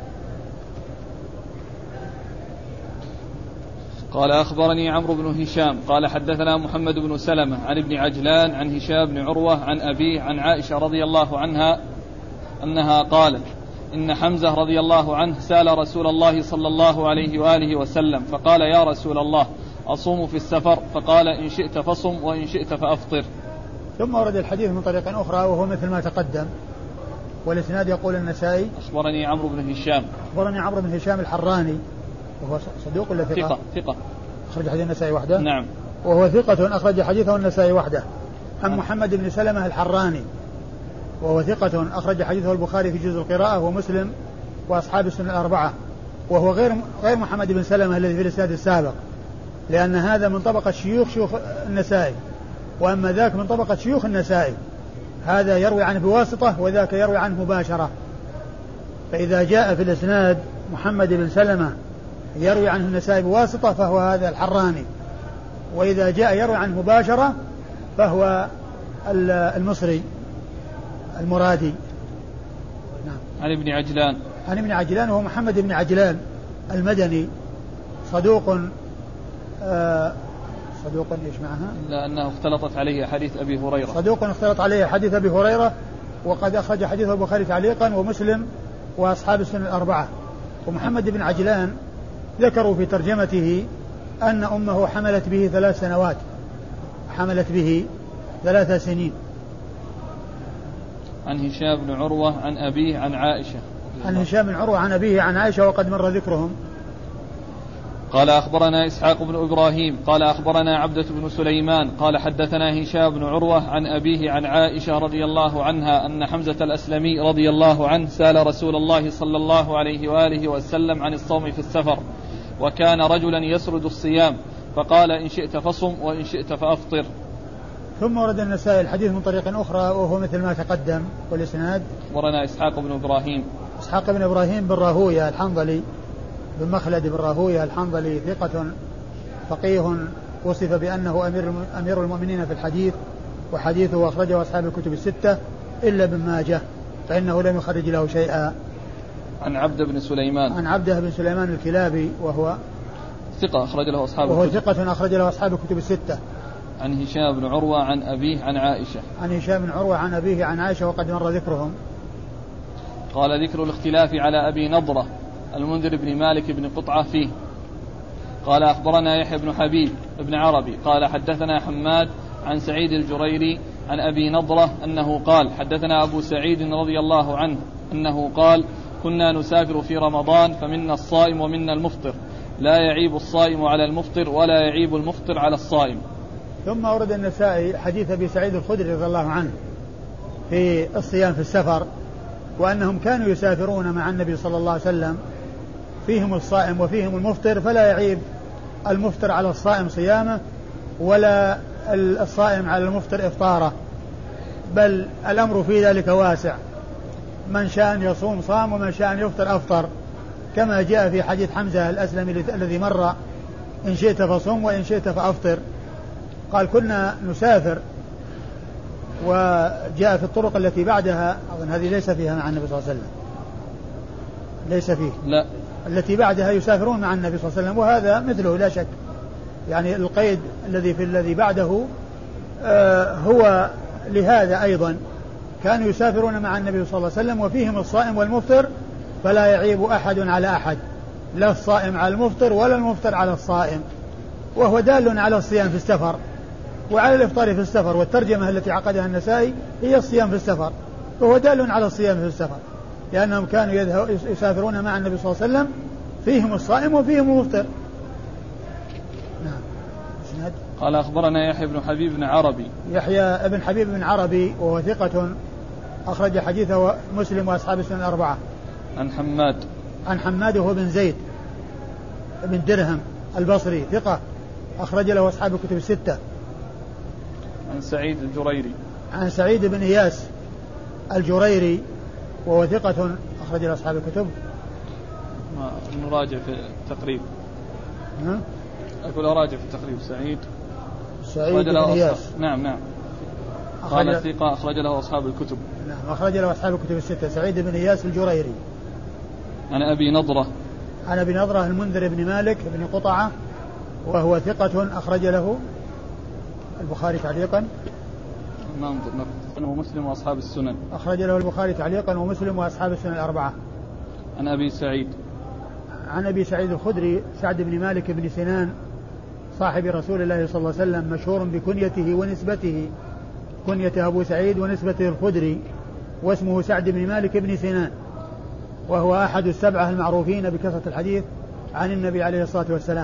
قال أخبرني عمرو بن هشام قال حدثنا محمد بن سلمة عن ابن عجلان عن هشام بن عروة عن أبيه عن عائشة رضي الله عنها أنها قالت إن حمزة رضي الله عنه سأل رسول الله صلى الله عليه وآله وسلم فقال يا رسول الله أصوم في السفر، فقال إن شئت فصم وإن شئت فأفطر. ثم ورد الحديث من طريق أخرى وهو مثل ما تقدم، والإسناد يقول النسائي أخبرني عمرو بن هشام أخبرني عمرو بن هشام الحراني، وهو صدوق ولا ثقة؟ ثقة ثقة أخرج حديث النسائي وحده. نعم، وهو ثقة أخرج حديثه النسائي وحده. عن محمد بن سلمة الحراني وهو ثقة أخرج حديثه البخاري في جزء القراءة ومسلم وأصحاب السنن الأربعة، وهو غير غير محمد بن سلمة الذي في الإسناد السابق، لأن هذا من طبقة شيوخ شيوخ النسائي، وأما ذاك من طبقة شيوخ النسائي، هذا يروي عنه بواسطة وذاك يروي عنه مباشرة. فإذا جاء في الإسناد محمد بن سلمة يروي عنه النسائي بواسطة فهو هذا الحراني، وإذا جاء يروي عنه مباشرة فهو المصري المرادي. نعم. عن ابن عجلان عن ابن عجلان وهو محمد بن عجلان المدني، صدوق آه صدوق ايش معها؟ لأنه اختلطت عليه حديث أبي هريرة. صدوق اختلط عليه حديث أبي هريرة، وقد أخرج حديث البخاري تعليقا ومسلم وأصحاب السنن الأربعة. ومحمد بن عجلان ذكروا في ترجمته أن أمه حملت به ثلاث سنوات حملت به ثلاث سنين. عن هشام بن عروة عن أبيه عن عائشة عن هشام بن عروة عن أبيه عن عائشة وقد مر ذكرهم. قال أخبرنا إسحاق بن إبراهيم قال أخبرنا عبدة بن سليمان قال حدثنا هشام بن عروة عن أبيه عن عائشة رضي الله عنها أن حمزة الأسلمي رضي الله عنه سأل رسول الله صلى الله عليه وآله وسلم عن الصوم في السفر، وكان رجلا يسرد الصيام، فقال إن شئت فصم وإن شئت فأفطر. ثم ورد النسائي الحديث من طريق أخرى وهو مثل ما تقدم، والإسناد أخبرنا إسحاق بن إبراهيم إسحاق بن إبراهيم بن راهوية الحنظلي بن مخلد بن راهوية الحنظلي، ثقة فقيه وصف بأنه أمير أمير المؤمنين في الحديث، وحديثه أخرجه أصحاب الكتب الستة إلا ابن ماجه فإنه لم يخرج له شيئا. عن عبد بن سليمان عن عبده بن سليمان الكلابي وهو ثقة أخرج له أصحاب وهو الكتب. ثقة أخرج له أصحاب الكتب الستة. عن هشام بن عروة عن أبيه عن عائشة. عن هشام بن عروة عن أبيه عن عائشة وقد مر ذكرهم. قال ذكر الاختلاف على أبي نضرة المنذر بن مالك بن قطعة فيه. قال أخبرنا يحيى بن حبيب بن عربي قال حدثنا حماد عن سعيد الجريري عن أبي نضرة أنه قال حدثنا أبو سعيد رضي الله عنه أنه قال كنا نسافر في رمضان فمنا الصائم ومنا المفطر لا يعيب الصائم على المفطر ولا يعيب المفطر على الصائم. ثم أورد النسائي حديث أبي سعيد الخدري رضي الله عنه في الصيام في السفر وأنهم كانوا يسافرون مع النبي صلى الله عليه وسلم فيهم الصائم وفيهم المفطر فلا يعيب المفطر على الصائم صيامه ولا الصائم على المفطر إفطاره، بل الأمر في ذلك واسع، من شاء أن يصوم صام ومن شاء أن يفطر أفطر، كما جاء في حديث حمزة الأسلمي الذي مر إن شئت فصم وإن شئت فأفطر. قال كنا نسافر، وجاء في الطرق التي بعدها أظن هذه ليس فيها مع النبي صلى الله عليه وسلم، ليس فيه لا التي بعدها يسافرون مع النبي صلى الله عليه وسلم، وهذا مثله لا شك، يعني القيد الذي في الذي بعده آه هو لهذا أيضا كانوا يسافرون مع النبي صلى الله عليه وسلم وفيهم الصائم والمفطر فلا يعيب أحد على أحد، لا الصائم على المفطر ولا المفطر على الصائم، وهو دال على الصيام في السفر وعلى الإفطار في السفر، والترجمة التي عقدها النسائي هي الصيام في السفر، وهو دال على الصيام في السفر لأنهم كانوا يسافرون مع النبي صلى الله عليه وسلم فيهم الصائم وفيهم المفطر. نعم. قال أخبرنا يحيى بن حبيب بن عربي. يحيى ابن حبيب بن عربي وهو ثقة أخرج حديثه مسلم وأصحاب السنن الأربعة. عن حماد. عن حماد وهو بن زيد بن درهم البصري ثقة أخرج له أصحاب الكتب الستة. عن سعيد الجريري. عن سعيد بن إياس الجريري وهو ثقة أخرج له أصحاب الكتب. ما نراجع في التقريب. ها؟ أقول أراجع في التقريب. سعيد سعيد بن إياس. نعم نعم. قال ثقة أخرج له أصحاب الكتب. نعم أخرج له أصحاب الكتب الستة. سعيد بن إياس الجريري. عن أبي نضرة. عن أبي نضرة المنذر بن مالك بن قطعة وهو ثقة أخرج له البخاري تعليقا. نعم ومسلم وأصحاب السنن. أخرج له البخاري تعليقا ومسلم وأصحاب السنن الأربعة. عن أبي سعيد. عن أبي سعيد الخدري سعد بن مالك بن سنان صاحب رسول الله صلى الله عليه وسلم مشهور بكنيته ونسبته، كنية أبو سعيد ونسبته الخدري، واسمه سعد بن مالك بن سنان، وهو أحد السبعة المعروفين بكثرة الحديث عن النبي عليه الصلاة والسلام.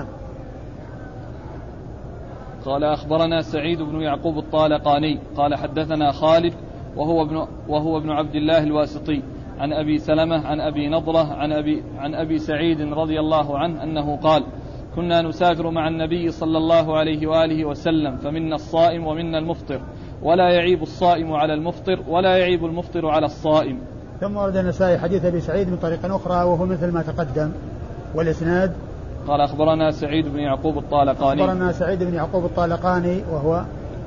قال أخبرنا سعيد بن يعقوب الطالقاني قال حدثنا خالد وهو ابن, وهو ابن عبد الله الواسطي عن أبي سلمة عن أبي نضرة عن أبي, عن أبي سعيد رضي الله عنه أنه قال كنا نسافر مع النبي صلى الله عليه وآله وسلم فمنا الصائم ومنا المفطر ولا يعيب الصائم على المفطر ولا يعيب المفطر على الصائم. ثم ورد النسائي حديث أبي سعيد من طريق أخرى وهو مثل ما تقدم، والإسناد قال أخبرنا سعيد بن يعقوب الطالقاني. أخبرنا سعيد بن يعقوب الطالقاني وهو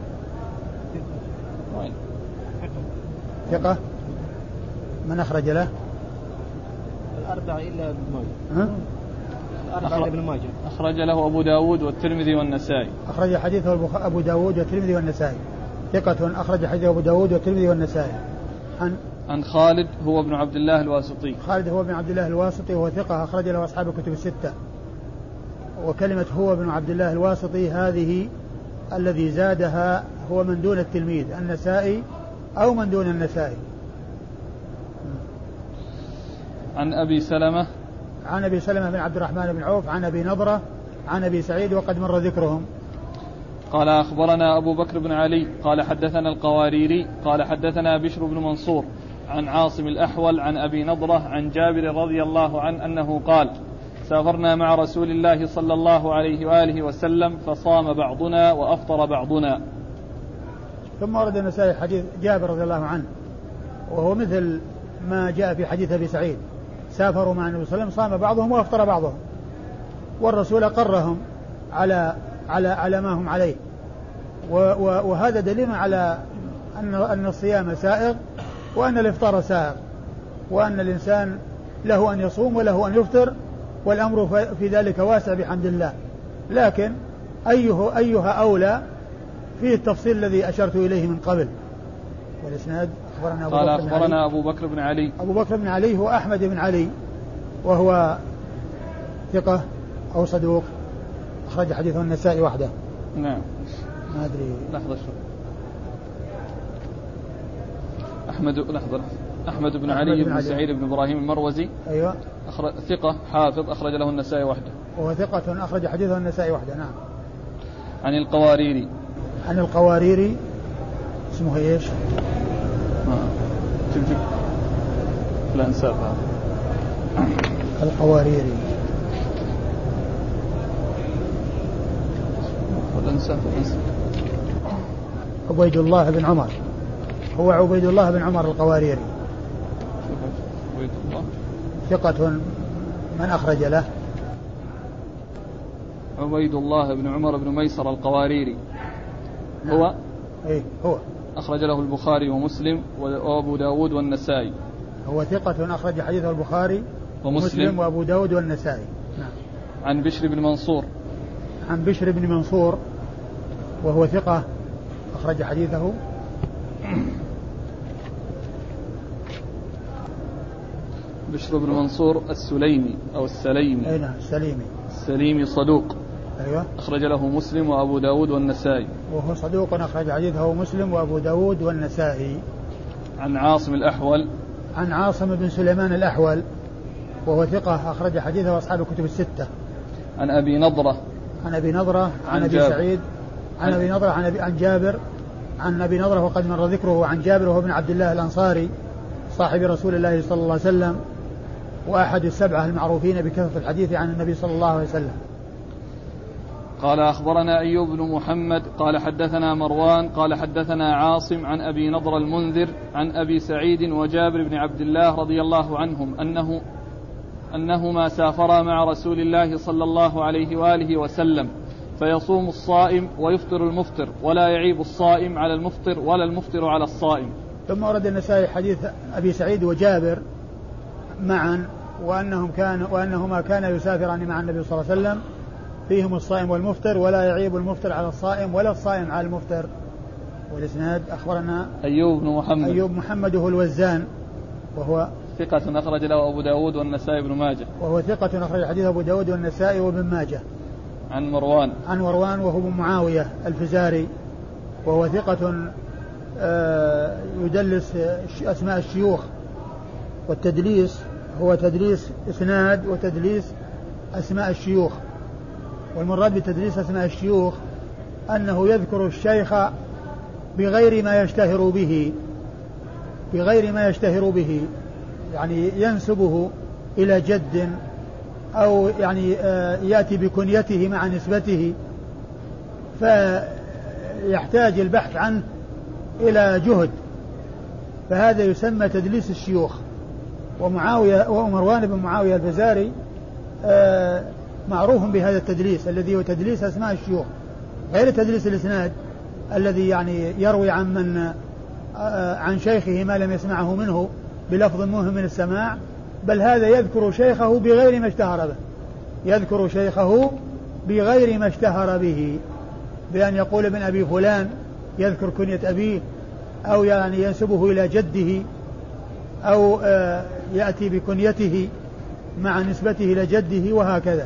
ثقة. من أخرج له؟ الأربعة إلا ابن ماجه. الأربعة إلا ابن ماجه. أخرج له أبو داود والترمذي والنسائي. أخرج حديثه أبو داود والترمذي والنسائي. ثقة أخرج حديثه أبو داود والترمذي والنسائي. عن عن خالد هو ابن عبد الله الواسطي. خالد هو ابن عبد الله الواسطي وهو ثقة أخرج له أصحاب الكتب الستة. وكلمة هو ابن عبد الله الواسطي هذه الذي زادها هو من دون التلميذ النسائي أو من دون النسائي. عن أبي سلمة. عن أبي سلمة بن عبد الرحمن بن عوف عن أبي نضرة عن أبي سعيد وقد مر ذكرهم. قال أخبرنا أبو بكر بن علي قال حدثنا القواريري قال حدثنا بشر بن منصور عن عاصم الأحول عن أبي نضرة عن جابر رضي الله عنه أنه قال سافرنا مع رسول الله صلى الله عليه وآله وسلم فصام بعضنا وأفطر بعضنا. ثم ورد النسائي حديث جابر رضي الله عنه وهو مثل ما جاء في حديث أبي سعيد، سافروا مع النبي صلى الله عليه وسلم صام بعضهم وأفطر بعضهم، والرسول قرهم على على على ما هم عليه، وهذا دليل على أن أن الصيام سائغ وأن الإفطار سائغ، وأن الإنسان له أن يصوم وله أن يفطر، والأمر في ذلك واسع بحمد الله، لكن أيه أيها أولى فيه التفصيل الذي أشرت إليه من قبل. والإسناد أخبرنا أبو قال بكر أخبرنا أبو بكر بن علي. أبو بكر بن علي هو أحمد بن علي وهو ثقة أو صدوق أخرج حديثه النسائي وحده. نعم. ما أدري. لحظة شو. أحمد لحظة. أحمد بن أحمد علي بن, بن سعيد بن إبراهيم المروزي. أيوة. أخرج ثقة حافظ أخرج له النسائي وحده. وهو ثقة أخرج حديثه النسائي وحده. نعم. عن القواريري. عن القواريري اسمه ايش؟ شوف شوف الأنساب هذا. القواريري. الأنساب الأنساب. عبيد الله بن عمر. هو عبيد الله بن عمر القواريري. عبيد الله. ثقة من أخرج له. عبيد الله بن عمر بن ميسر القواريري. نعم. هو إيه هو أخرج له البخاري ومسلم وأبو داود والنسائي. هو ثقة أخرج حديثه البخاري ومسلم, ومسلم وأبو داود والنسائي. نعم. عن بشر بن منصور. عن بشر بن منصور وهو ثقة أخرج حديثه بشر بن منصور السليمي أو السليمي. أي نعم السليمي. السليمي صدوق. أيوة. أخرج له مسلم وأبو داود والنسائي. وهو صدوق أخرج حديثه مسلم وأبو داود والنسائي. عن عاصم الأحول. عن عاصم بن سليمان الأحول وهو ثقة أخرج حديثه أصحاب الكتب الستة. عن أبي نضرة. عن أبي نضرة عن, عن أبي سعيد عن, عن أبي نضرة عن, أبي عن جابر عن أبي نضرة وقد مر ذكره. عن جابر وهو ابن عبد الله الأنصاري صاحب رسول الله صلى الله عليه وسلم وأحد السبعة المعروفين بكثرة الحديث عن النبي صلى الله عليه وسلم. قال أخبرنا أيوب بن محمد قال حدثنا مروان قال حدثنا عاصم عن أبي نضر المنذر عن أبي سعيد وجابر بن عبد الله رضي الله عنهم أنه أنهما سافرا مع رسول الله صلى الله عليه وآله وسلم فيصوم الصائم ويفطر المفطر ولا يعيب الصائم على المفطر ولا المفطر على الصائم. ثم ورد النسائي حديث أبي سعيد وجابر معا وأنهم كان وأنهما كانا يسافران مع النبي صلى الله عليه وسلم فيهم الصائم والمفطر ولا يعيب المفطر على الصائم ولا الصائم على المفطر. والإسناد أخبرنا أيوب بن محمد. أيوب محمد هو الوزان وهو ثقة أخرج له أبو داود والنسائي بن ماجه. وهو ثقة أخرج حديث أبو داود والنسائي وابن ماجه. عن مروان. عن مروان وهو ابن معاوية الفزاري وهو ثقة يدلس أسماء الشيوخ. والتدليس هو تدليس إسناد وتدليس أسماء الشيوخ. والمراد بتدليس أسماء الشيوخ أنه يذكر الشيخ بغير ما يشتهر به بغير ما يشتهر به يعني ينسبه إلى جد أو يعني يأتي بكنيته مع نسبته فيحتاج البحث عنه إلى جهد فهذا يسمى تدليس الشيوخ. ومعاوية ومروان بن معاوية الفزاري معروف بهذا التدليس الذي هو تدليس أسماء الشيوخ غير تدليس الإسناد الذي يعني يروي عن من عن شيخه ما لم يسمعه منه بلفظ موهم من السماع بل هذا يذكر شيخه بغير ما اشتهر به يذكر شيخه بغير ما اشتهر به بأن يقول ابن أبي فلان يذكر كنية أبيه أو يعني ينسبه إلى جده أو يأتي بكنيته مع نسبته إلى جده وهكذا.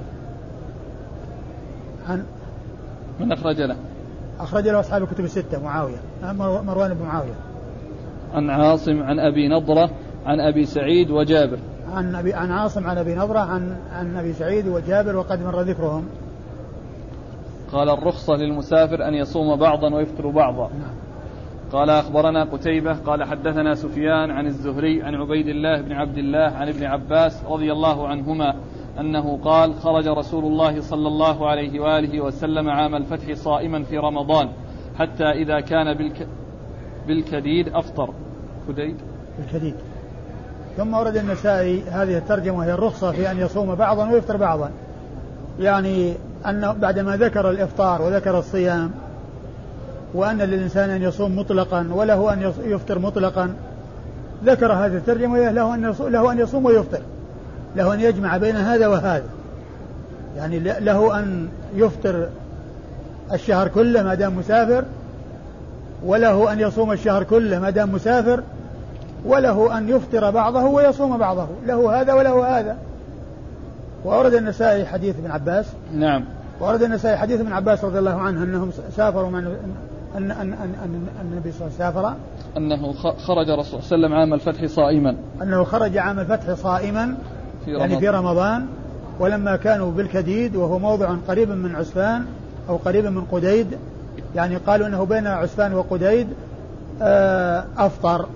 عن من أخرج له؟ أخرج له أصحاب الكتب الستة معاوية مروان بن معاوية. عن عاصم عن أبي نضرة عن أبي سعيد وجابر. عن أبي عن عاصم عن أبي نضرة عن عن أبي سعيد وجابر وقد مر ذكرهم. قال الرخصة للمسافر أن يصوم بعضا ويفطر بعضا. نعم. قال أخبرنا قتيبة قال حدثنا سفيان عن الزهري عن عبيد الله بن عبد الله عن ابن عباس رضي الله عنهما أنه قال خرج رسول الله صلى الله عليه وآله وسلم عام الفتح صائما في رمضان حتى إذا كان بالك بالكديد أفطر. كديد بالكديد. ثم ورد النسائي هذه الترجمة وهي الرخصة في أن يصوم بعضا ويفطر بعضا يعني أنه بعدما ذكر الإفطار وذكر الصيام وأن للإنسان أن يصوم مطلقا وله أن يفطر مطلقا ذكر هذه الترجمة له أن له أن يصوم ويفطر له أن يجمع بين هذا وهذا يعني له أن يفطر الشهر كله ما دام مسافر، وله أن يصوم الشهر كله ما دام مسافر، وله أن يفطر بعضه ويصوم بعضه، له هذا وله هذا. وأورد النسائي حديث ابن عباس. نعم. وأورد النسائي حديث ابن عباس رضي الله عنه أنهم سافروا من أن أن أن أن النبي صلى الله عليه وسلم سافر، أنه خرج رسول الله صلى الله عليه وسلم عام الفتح صائما، أنه خرج عام الفتح صائما في يعني رمضان. في رمضان، ولما كانوا بالكديد وهو موضع قريب من عسفان أو قريب من قديد، يعني قالوا أنه بين عسفان وقديد، أفطر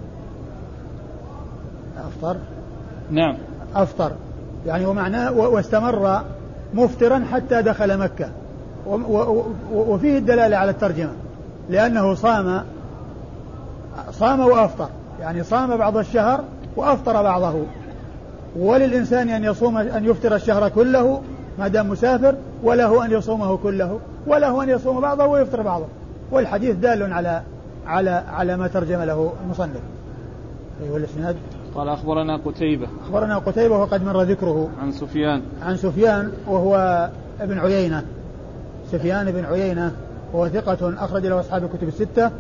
أفطر نعم أفطر يعني ومعناه واستمر مفطرا حتى دخل مكة. وفيه الدلالة على الترجمة، لأنه صام صام وأفطر، يعني صام بعض الشهر وأفطر بعضه. وللإنسان أن يصوم أن يفطر الشهر كله ما دام مسافر، وله أن يصومه كله، وله أن يصوم بعضه ويفطر بعضه. والحديث دال على على على ما ترجم له المصنف. أيها الإسناد. قال أخبرنا قتيبة. أخبرنا قتيبة وقد مر ذكره. عن سفيان. عن سفيان وهو ابن عيينة، سفيان بن عيينة، وهو ثقة أخرج له أصحاب الكتب الستة.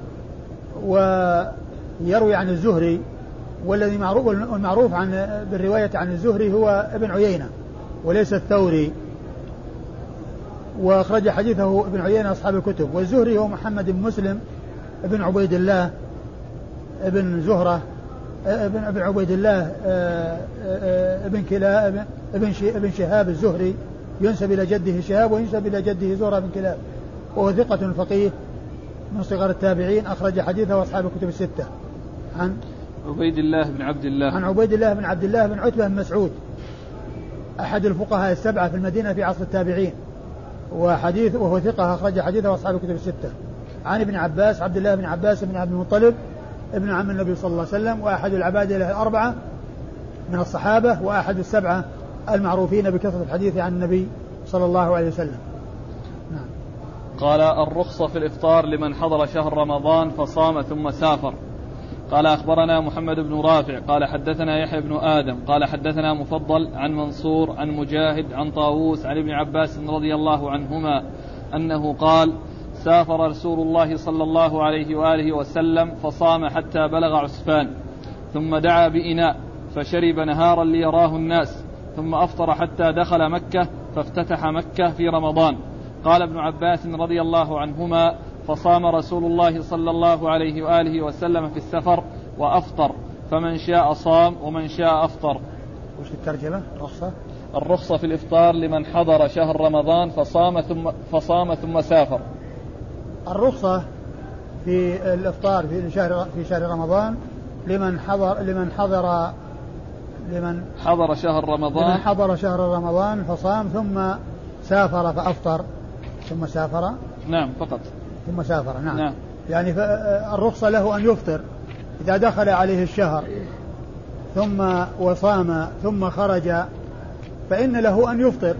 ويروي عن الزهري، والذي معروف المعروف عن بالرواية عن الزهري هو ابن عيينة وليس الثوري. وأخرج حديثه ابن عيينة أصحاب الكتب. والزهري هو محمد بن مسلم ابن عبيد الله ابن زهرة ابن ابن عبيد الله ابن كلاب ابن ابن شهاب الزهري، ينسب إلى جده شهاب وينسب إلى جده زهرة بن كلاب، وهو ثقة فقيه من صغار التابعين، أخرج حديثه أصحاب الكتب الستة. عن عبيد الله بن عبد الله عن عبيد الله بن عبد الله بن عتبة بن مسعود، أحد الفقهاء السبعة في المدينة في عصر التابعين، وحديث وهو ثقة أخرج حديثه أصحاب الكتب الستة. عن ابن عباس عبد الله بن عباس بن عبد المطلب ابن عم النبي صلى الله عليه وسلم، وأحد العباد له الأربعة من الصحابة، وأحد السبعة المعروفين بكثرة الحديث عن النبي صلى الله عليه وسلم. نعم. قال الرخصة في الإفطار لمن حضر شهر رمضان فصام ثم سافر. قال أخبرنا محمد بن رافع قال حدثنا يحيى بن آدم قال حدثنا مفضل عن منصور عن مجاهد عن طاووس عن ابن عباس رضي الله عنهما أنه قال سافر رسول الله صلى الله عليه وآله وسلم فصام حتى بلغ عسفان، ثم دعا بإناء فشرب نهارا ليراه الناس، ثم أفطر حتى دخل مكة فافتتح مكة في رمضان. قال ابن عباس رضي الله عنهما فصام رسول الله صلى الله عليه وآله وسلم في السفر وأفطر، فمن شاء صام ومن شاء أفطر. وش الترجمة؟ رخصة؟ الرخصة في الإفطار لمن حضر شهر رمضان فصام ثم, فصام ثم سافر. الرخصة في الإفطار في شهر في شهر رمضان لمن حضر لمن حضر لمن حضر شهر رمضان لمن حضر شهر رمضان فصام ثم سافر فأفطر ثم سافر. نعم فقط. ثم سافر. نعم. نعم. يعني الرخصة له أن يفطر إذا دخل عليه الشهر ثم وصام ثم خرج، فإن له أن يفطر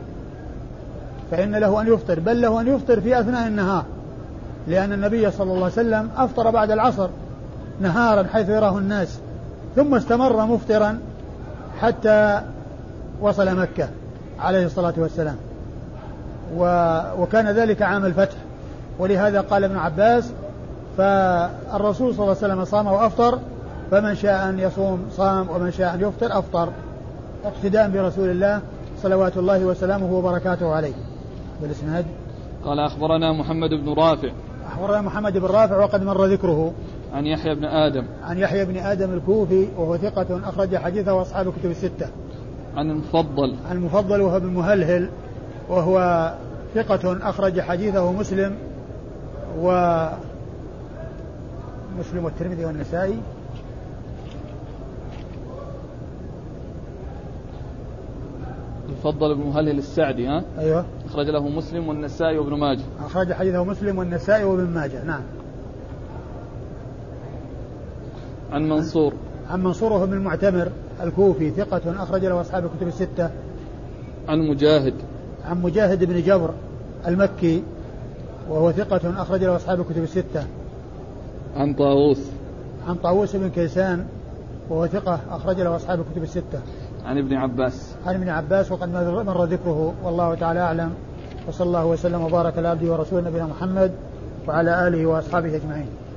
فإن له أن يفطر بل له أن يفطر في أثناء النهار، لأن النبي صلى الله عليه وسلم أفطر بعد العصر نهارا حيث يراه الناس، ثم استمر مفطرا حتى وصل مكة عليه الصلاة والسلام، وكان ذلك عام الفتح. ولهذا قال ابن عباس فالرسول صلى الله عليه وسلم صام وأفطر، فمن شاء أن يصوم صام ومن شاء أن يفطر أفطر، اقتداء برسول الله صلوات الله وسلامه وبركاته عليه. بالإسناد. قال أخبرنا محمد بن رافع. أخبرنا محمد بن رافع وقد مر ذكره. عن يحيى بن آدم. عن يحيى بن آدم الكوفي وهو ثقة أخرج حديثه وأصحاب الكتب الستة. عن المفضل. عن المفضل وهو بن مهلهل وهو ثقة أخرج حديثه مسلم ومسلم والترمذي والنسائي. المفضل بن مهلهل السعدي. ها أيوه. أخرج له مسلم والنسائي وابن ماجه. أخرج حديثه مسلم والنسائي وابن ماجه. نعم. عن منصور. عن منصور وهو بن المعتمر الكوفي ثقة أخرج له أصحاب الكتب الستة. عن مجاهد. عن مجاهد بن جبر المكي وهو ثقة أخرج له أصحاب الكتب الستة. عن طاووس. عن طاووس بن كيسان وهو ثقة أخرج له أصحاب الكتب الستة. عن ابن عباس عن ابن عباس وقد مر ذكره والله تعالى أعلم. وصلى الله وسلم وبارك على عبده ورسوله نبينا محمد وعلى آله وأصحابه أجمعين.